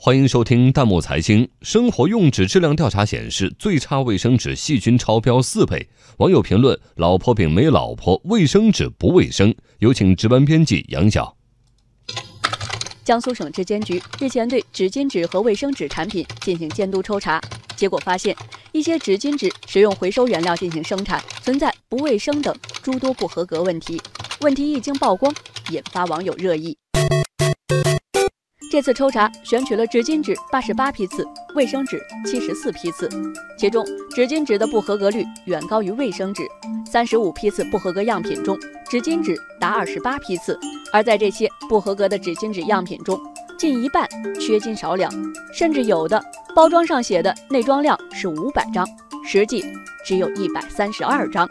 欢迎收听弹幕财经。生活用纸质量调查显示，最差卫生纸细菌超标4倍。网友评论：老婆饼没老婆，卫生纸不卫生。有请值班编辑杨晓。 江苏省质监局日前对纸巾纸和卫生纸产品进行监督抽查，结果发现一些纸巾纸使用回收原料进行生产，存在不卫生等诸多不合格问题。问题一经曝光，引发网友热议。这次抽查选取了纸巾纸88批次，卫生纸74批次，其中纸巾纸的不合格率远高于卫生纸。35批次不合格样品中，纸巾纸达28批次，而在这些不合格的纸巾纸样品中，近一半缺斤少两，甚至有的包装上写的内装量是500张，实际只有132张。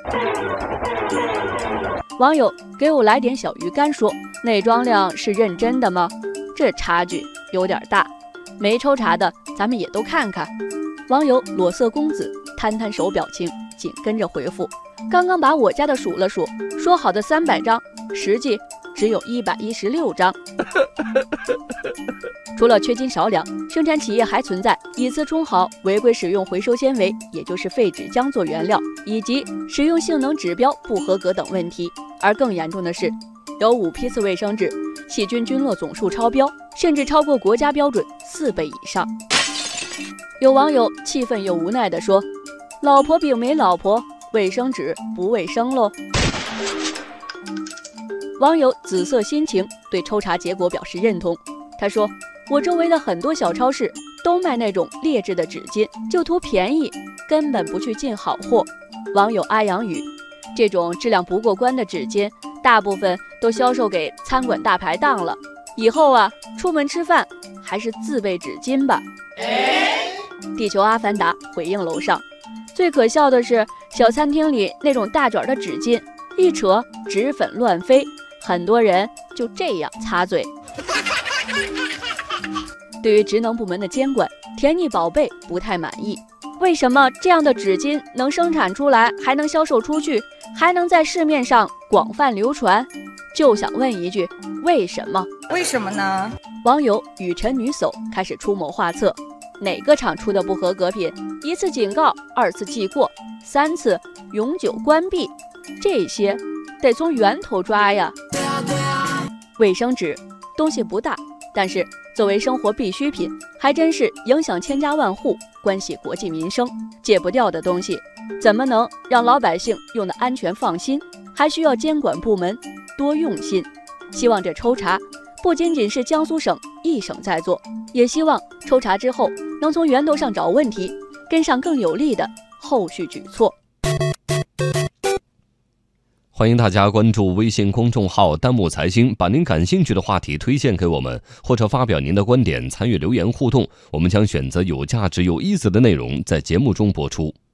网友给我来点小鱼干说，内装量是认真的吗？这差距有点大，没抽查的咱们也都看看。网友裸色公子摊摊手表情，紧跟着回复：刚刚把我家的数了数，说好的300张，实际只有116张。除了缺斤少两，生产企业还存在以次充好、违规使用回收纤维，也就是废纸浆做原料，以及使用性能指标不合格等问题。而更严重的是，有5批次卫生纸细菌菌落总数超标，甚至超过国家标准4倍以上。有网友气愤又无奈地说：老婆饼没老婆，卫生纸不卫生喽。网友紫色心情对抽查结果表示认同，他说：我周围的很多小超市都卖那种劣质的纸巾，就图便宜，根本不去进好货。网友阿阳宇：这种质量不过关的纸巾大部分都销售给餐馆大排档了，以后出门吃饭还是自备纸巾吧。地球阿凡达回应楼上：最可笑的是小餐厅里那种大卷的纸巾，一扯纸粉乱飞，很多人就这样擦嘴。对于职能部门的监管，甜腻宝贝不太满意。为什么这样的纸巾能生产出来，还能销售出去，还能在市面上广泛流传？就想问一句，为什么？ 为什么呢？ 网友雨辰女叟开始出谋划策，哪个厂出的不合格品，1次警告，2次记过，3次永久关闭，这些得从源头抓呀。卫生纸东西不大，但是作为生活必需品，还真是影响千家万户，关系国计民生，戒不掉的东西，怎么能让老百姓用得安全放心？还需要监管部门多用心。希望这抽查不仅仅是江苏省一省在做，也希望抽查之后能从源头上找问题，跟上更有力的后续举措。 欢迎大家关注微信公众号弹幕财经，把您感兴趣的话题推荐给我们，或者发表您的观点，参与留言互动，我们将选择有价值有意思的内容在节目中播出。